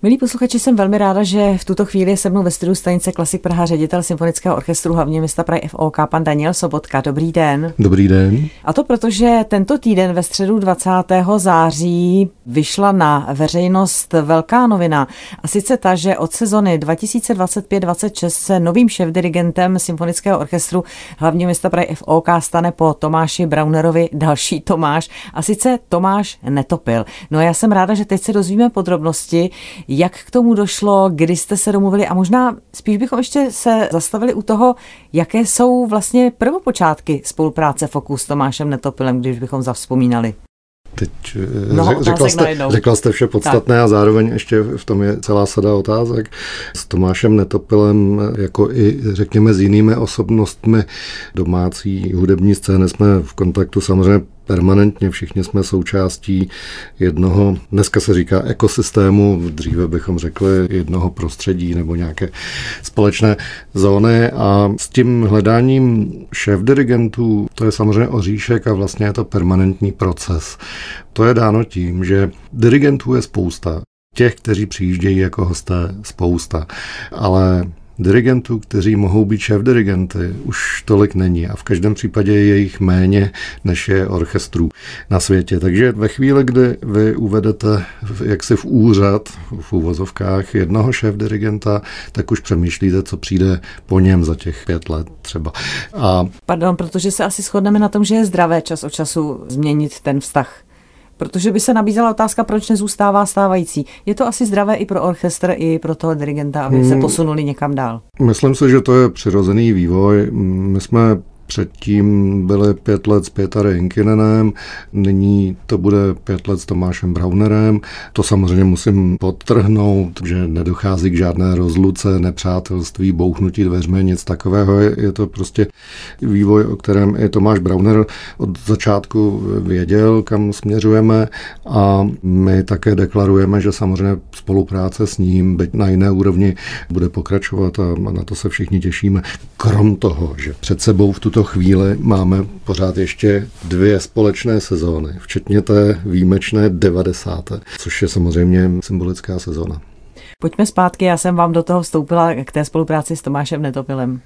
Milí posluchači, jsem velmi ráda, že v tuto chvíli je se mnou ve studiu stanice Klasik Praha ředitel Symfonického orchestru hlavního města Prahy FOK, pan Daniel Sobotka. Dobrý den. Dobrý den. A to protože tento týden ve středu 20. září vyšla na veřejnost velká novina. A sice ta, že od sezony 2025-26 se novým šéfdirigentem Symfonického orchestru hlavního města Prahy FOK stane po Tomáši Braunerovi další Tomáš. A sice Tomáš Netopil. No a já jsem ráda, že teď se dozvíme podrobnosti, jak k tomu došlo, kdy jste se domluvili a možná spíš bychom ještě se zastavili u toho, jaké jsou vlastně prvopočátky spolupráce FOKu s Tomášem Netopilem, když bychom zavzpomínali. Teď řekla jste vše podstatné tak. A zároveň ještě v tom je celá sada otázek. S Tomášem Netopilem, jako i řekněme s jinými osobnostmi domácí hudební scény jsme v kontaktu samozřejmě permanentně, všichni jsme součástí jednoho, dneska se říká ekosystému, dříve bychom řekli jednoho prostředí nebo nějaké společné zóny a s tím hledáním šéfdirigentů, to je samozřejmě oříšek a vlastně je to permanentní proces. To je dáno tím, že dirigentů je spousta, těch, kteří přijíždějí jako hosté, spousta, ale dirigentů, kteří mohou být šéfdirigenty, už tolik není a v každém případě je jich méně, než je orchestrů na světě. Takže ve chvíli, kdy vy uvedete jaksi v úřad, v uvozovkách, jednoho šéfdirigenta, tak už přemýšlíte, co přijde po něm za těch 5 let třeba. Pardon, protože se asi shodneme na tom, že je zdravé čas od času změnit ten vztah. Protože by se nabízela otázka, proč nezůstává stávající. Je to asi zdravé i pro orchestr, i pro toho dirigenta, aby se posunuli někam dál? Myslím si, že to je přirozený vývoj. My jsme předtím byli 5 let s Pétarem Inkinenem, nyní to bude 5 let s Tomášem Braunerem. To samozřejmě musím podtrhnout, že nedochází k žádné rozluce, nepřátelství, bouchnutí dveřmi, nic takového. Je to prostě vývoj, o kterém i Tomáš Brauner od začátku věděl, kam směřujeme a my také deklarujeme, že samozřejmě spolupráce s ním, byť na jiné úrovni, bude pokračovat a na to se všichni těšíme. Krom toho, že před sebou v tuto chvíli máme pořád ještě 2 společné sezóny, včetně té výjimečné 90., což je samozřejmě symbolická sezóna. Pojďme zpátky, já jsem vám do toho vstoupila k té spolupráci s Tomášem Netopilem.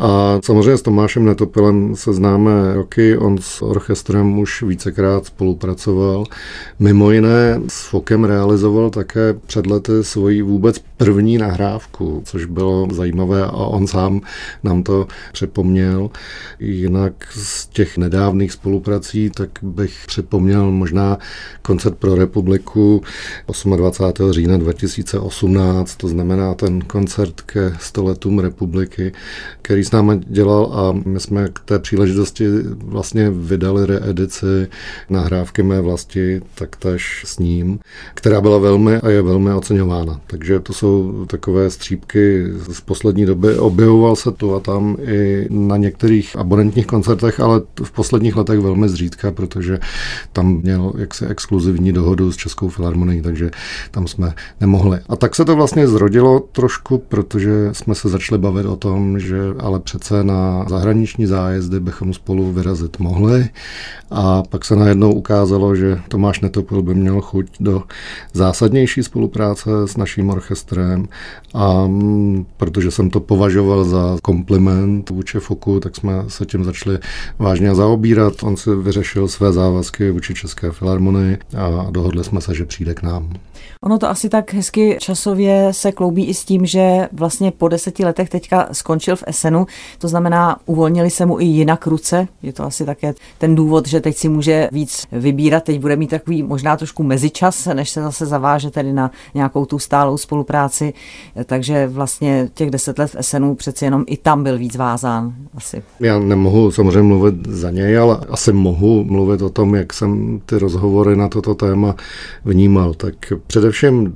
A samozřejmě s Tomášem Netopilem se známe roky, on s orchestrem už vícekrát spolupracoval. Mimo jiné s FOKem realizoval také před lety svoji vůbec první nahrávku, což bylo zajímavé a on sám nám to připomněl. Jinak z těch nedávných spoluprací, tak bych připomněl možná koncert pro republiku 28. října 2018, to znamená ten koncert ke 100 letům republiky, který s námi dělal a my jsme k té příležitosti vlastně vydali reedici nahrávky Mé vlasti taktéž s ním, která byla velmi a je velmi oceňována. Takže to jsou takové střípky z poslední doby. Objevoval se tu a tam i na některých abonentních koncertech, ale v posledních letech velmi zřídka, protože tam měl jaksi exkluzivní dohodu s Českou filharmonií, takže tam jsme nemohli. A tak se to vlastně zrodilo trošku, protože jsme se začali bavit o tom, že ale přece na zahraniční zájezdy bychom spolu vyrazit mohli a pak se najednou ukázalo, že Tomáš Netopil by měl chuť do zásadnější spolupráce s naším orchestrem a protože jsem to považoval za kompliment vůči FOKu, tak jsme se tím začali vážně zaobírat. On si vyřešil své závazky vůči České filharmonii a dohodli jsme se, že přijde k nám. Ono to asi tak hezky časově se kloubí i s tím, že vlastně po 10 letech teďka skončil v Essenu, to znamená, uvolnili se mu i jinak ruce, je to asi také ten důvod, že teď si může víc vybírat, teď bude mít takový možná trošku mezičas, než se zase zaváže tedy na nějakou tu stálou spolupráci, takže vlastně těch 10 let v Essenu přeci jenom i tam byl víc vázán asi. Já nemohu samozřejmě mluvit za něj, ale asi mohu mluvit o tom, jak jsem ty rozhovory na toto téma vnímal, tak především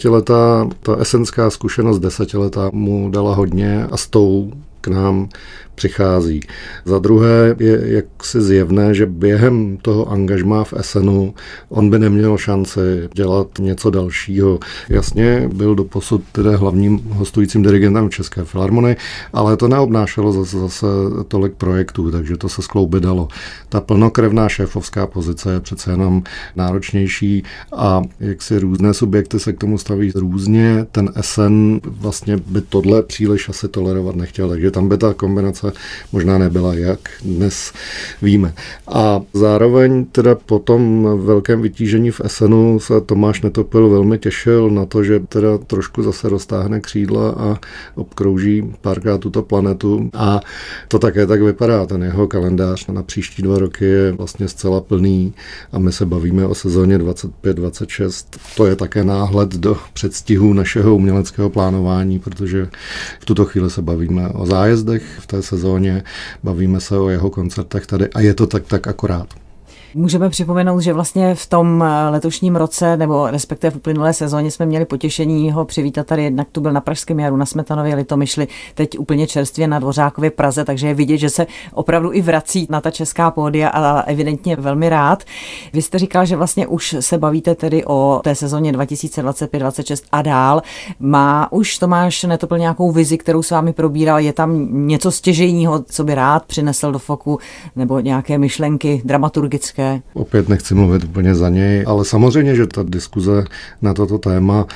10letá, ta esenská zkušenost 10letá mu dala hodně a s tou k nám přichází. Za druhé je jaksi zjevné, že během toho angažmá v SNu on by neměl šanci dělat něco dalšího. Jasně byl doposud teda hlavním hostujícím dirigentem v České filharmonii, ale to neobnášelo zase tolik projektů, takže to se skloubit dalo. Ta plnokrevná šéfovská pozice je přece jenom náročnější a jak si různé subjekty se k tomu staví různě. Ten SN vlastně by tohle příliš asi tolerovat nechtěl, takže tam by ta kombinace možná nebyla, jak dnes víme. A zároveň teda po tom velkém vytížení v SNu se Tomáš Netopil velmi těšil na to, že teda trošku zase roztáhne křídla a obkrouží párkrát tuto planetu a to také tak vypadá. Ten jeho kalendář na příští 2 roky je vlastně zcela plný a my se bavíme o sezóně 25-26. To je také náhled do předstihu našeho uměleckého plánování, protože v tuto chvíli se bavíme o zájezdech v té sezóně, bavíme se o jeho koncertech tady a je to tak akorát. Můžeme připomenout, že vlastně v tom letošním roce, nebo respektive v uplynulé sezóně jsme měli potěšení ho přivítat tady, jednak tu byl na Pražském jaru, na Smetanově Litomyšli, teď úplně čerstvě na Dvořákově Praze, takže je vidět, že se opravdu i vrací na ta česká pódia a evidentně velmi rád. Vy jste říkal, že vlastně už se bavíte tedy o té sezóně 2025-26 a dál. Má už Tomáš Netopil nějakou vizi, kterou s vámi probíral? Je tam něco stěžejního, co by rád přinesl do foku, nebo nějaké myšlenky dramaturgické? Opět nechci mluvit úplně za něj, ale samozřejmě, že ta diskuze na toto téma,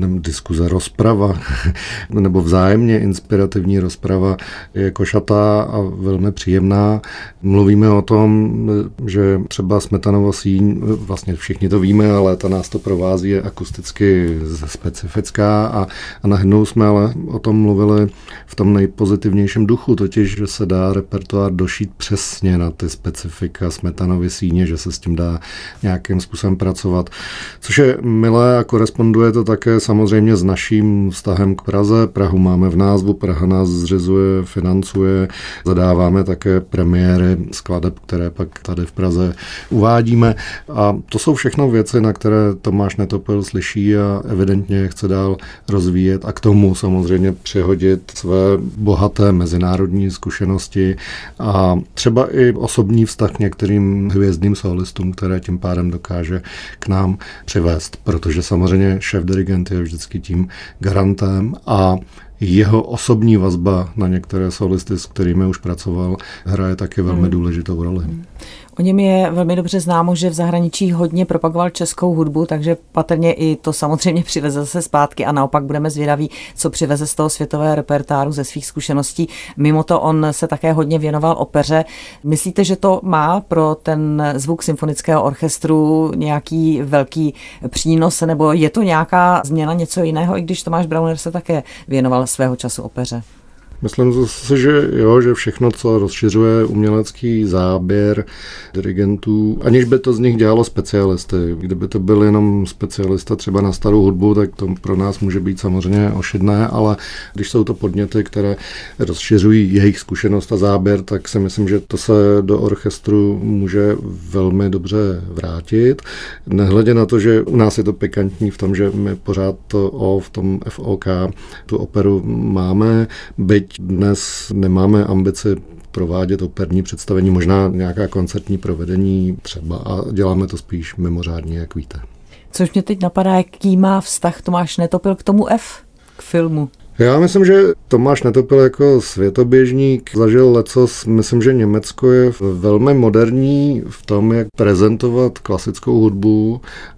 rozprava, nebo vzájemně inspirativní rozprava je košatá a velmi příjemná. Mluvíme o tom, že třeba Smetanova síň, vlastně všichni to víme, ale ta nás to provází, je akusticky specifická a najednou jsme ale o tom mluvili v tom nejpozitivnějším duchu, totiž, že se dá repertoár došít přesně na ty specifika Smetanovy síně, že se s tím dá nějakým způsobem pracovat. Což je milé a koresponduje to také samozřejmě s naším vztahem k Praze. Prahu máme v názvu, Praha nás zřizuje, financuje, zadáváme také premiéry skladeb, které pak tady v Praze uvádíme. A to jsou všechno věci, na které Tomáš Netopil slyší a evidentně chce dál rozvíjet a k tomu samozřejmě přihodit své bohaté mezinárodní zkušenosti a třeba i osobní vztah k některým hvězdným solistům, které tím pádem dokáže k nám přivést, protože samozřejmě šéfdirigent je vždycky tím garantem a jeho osobní vazba na některé solisty, s kterými už pracoval, hraje taky velmi důležitou roli. O něm je velmi dobře známo, že v zahraničí hodně propagoval českou hudbu, takže patrně i to samozřejmě přiveze zase zpátky a naopak budeme zvědaví, co přiveze z toho světového repertoáru ze svých zkušeností. Mimo to on se také hodně věnoval opeře. Myslíte, že to má pro ten zvuk symfonického orchestru nějaký velký přínos, nebo je to nějaká změna, něco jiného, i když Tomáš Brauner se také věnoval svého času opeře? Myslím si, že jo, že všechno, co rozšiřuje umělecký záběr dirigentů, aniž by to z nich dělalo specialisty. Kdyby to byl jenom specialista třeba na starou hudbu, tak to pro nás může být samozřejmě ošidné, ale když jsou to podněty, které rozšiřují jejich zkušenost a záběr, tak si myslím, že to se do orchestru může velmi dobře vrátit. Nehledě na to, že u nás je to pikantní v tom, že my pořád to O v tom FOK, tu operu máme, byť dnes nemáme ambici provádět operní představení, možná nějaká koncertní provedení třeba a děláme to spíš mimořádně, jak víte. Což mě teď napadá, jaký má vztah Tomáš Netopil k tomu F, k filmu? Já myslím, že Tomáš Netopil jako světoběžník zažil lecos. Myslím, že Německo je velmi moderní v tom, jak prezentovat klasickou hudbu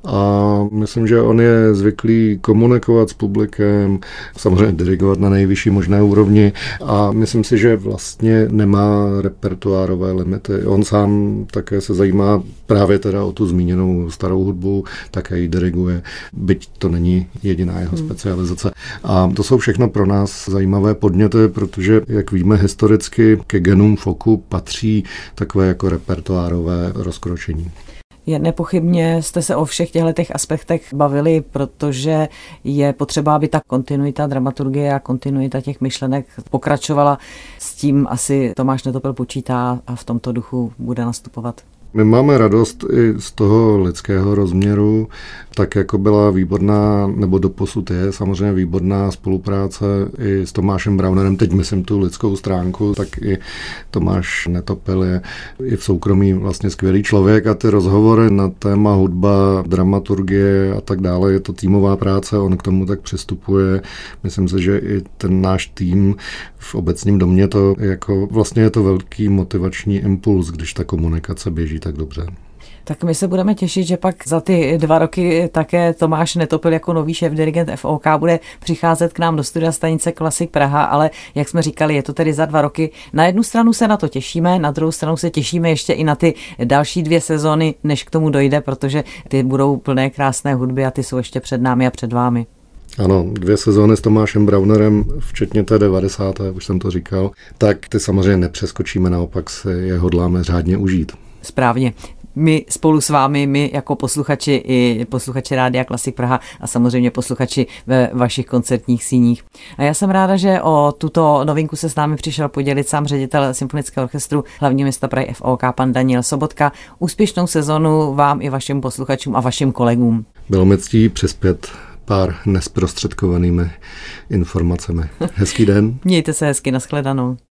a myslím, že on je zvyklý komunikovat s publikem, samozřejmě dirigovat na nejvyšší možné úrovni a myslím si, že vlastně nemá repertoárové limity. On sám také se zajímá právě teda o tu zmíněnou starou hudbu, také ji diriguje, byť to není jediná jeho specializace. A to jsou všechno pro nás zajímavé podněty, protože, jak víme historicky, ke genům foku patří takové jako repertoárové rozkročení. Nepochybně jste se o všech těchto aspektech bavili, protože je potřeba, aby ta kontinuita dramaturgie a kontinuita těch myšlenek pokračovala. S tím asi Tomáš Netopil počítá a v tomto duchu bude nastupovat. My máme radost i z toho lidského rozměru, tak jako byla výborná, nebo doposud je samozřejmě výborná spolupráce i s Tomášem Braunerem, teď myslím tu lidskou stránku, tak i Tomáš Netopil je i v soukromí vlastně skvělý člověk a ty rozhovory na téma hudba, dramaturgie a tak dále, je to týmová práce, on k tomu tak přistupuje. Myslím si, že i ten náš tým v Obecním domě to jako vlastně je to velký motivační impuls, když ta komunikace běží tak dobře. Tak my se budeme těšit, že pak za ty 2 roky také Tomáš Netopil jako nový šéfdirigent FOK bude přicházet k nám do studia stanice Klasik Praha, ale jak jsme říkali, je to tedy za 2 roky. Na jednu stranu se na to těšíme, na druhou stranu se těšíme ještě i na ty další 2 sezóny, než k tomu dojde, protože ty budou plné krásné hudby a ty jsou ještě před námi a před vámi. Ano, 2 sezóny s Tomášem Braunerem, včetně té 90. už jsem to říkal, tak ty samozřejmě nepřeskočíme, naopak si je hodláme řádně užít. Správně. My spolu s vámi, my jako posluchači i posluchači Rádia Klasik Praha a samozřejmě posluchači ve vašich koncertních síních. A já jsem ráda, že o tuto novinku se s námi přišel podělit sám ředitel Symfonického orchestru hlavního města Prahy FOK, pan Daniel Sobotka. Úspěšnou sezonu vám i vašim posluchačům a vašim kolegům. Bylo mi ctí přispět pár nesprostředkovanými informacemi. Hezký den. Mějte se hezky, nashledanou.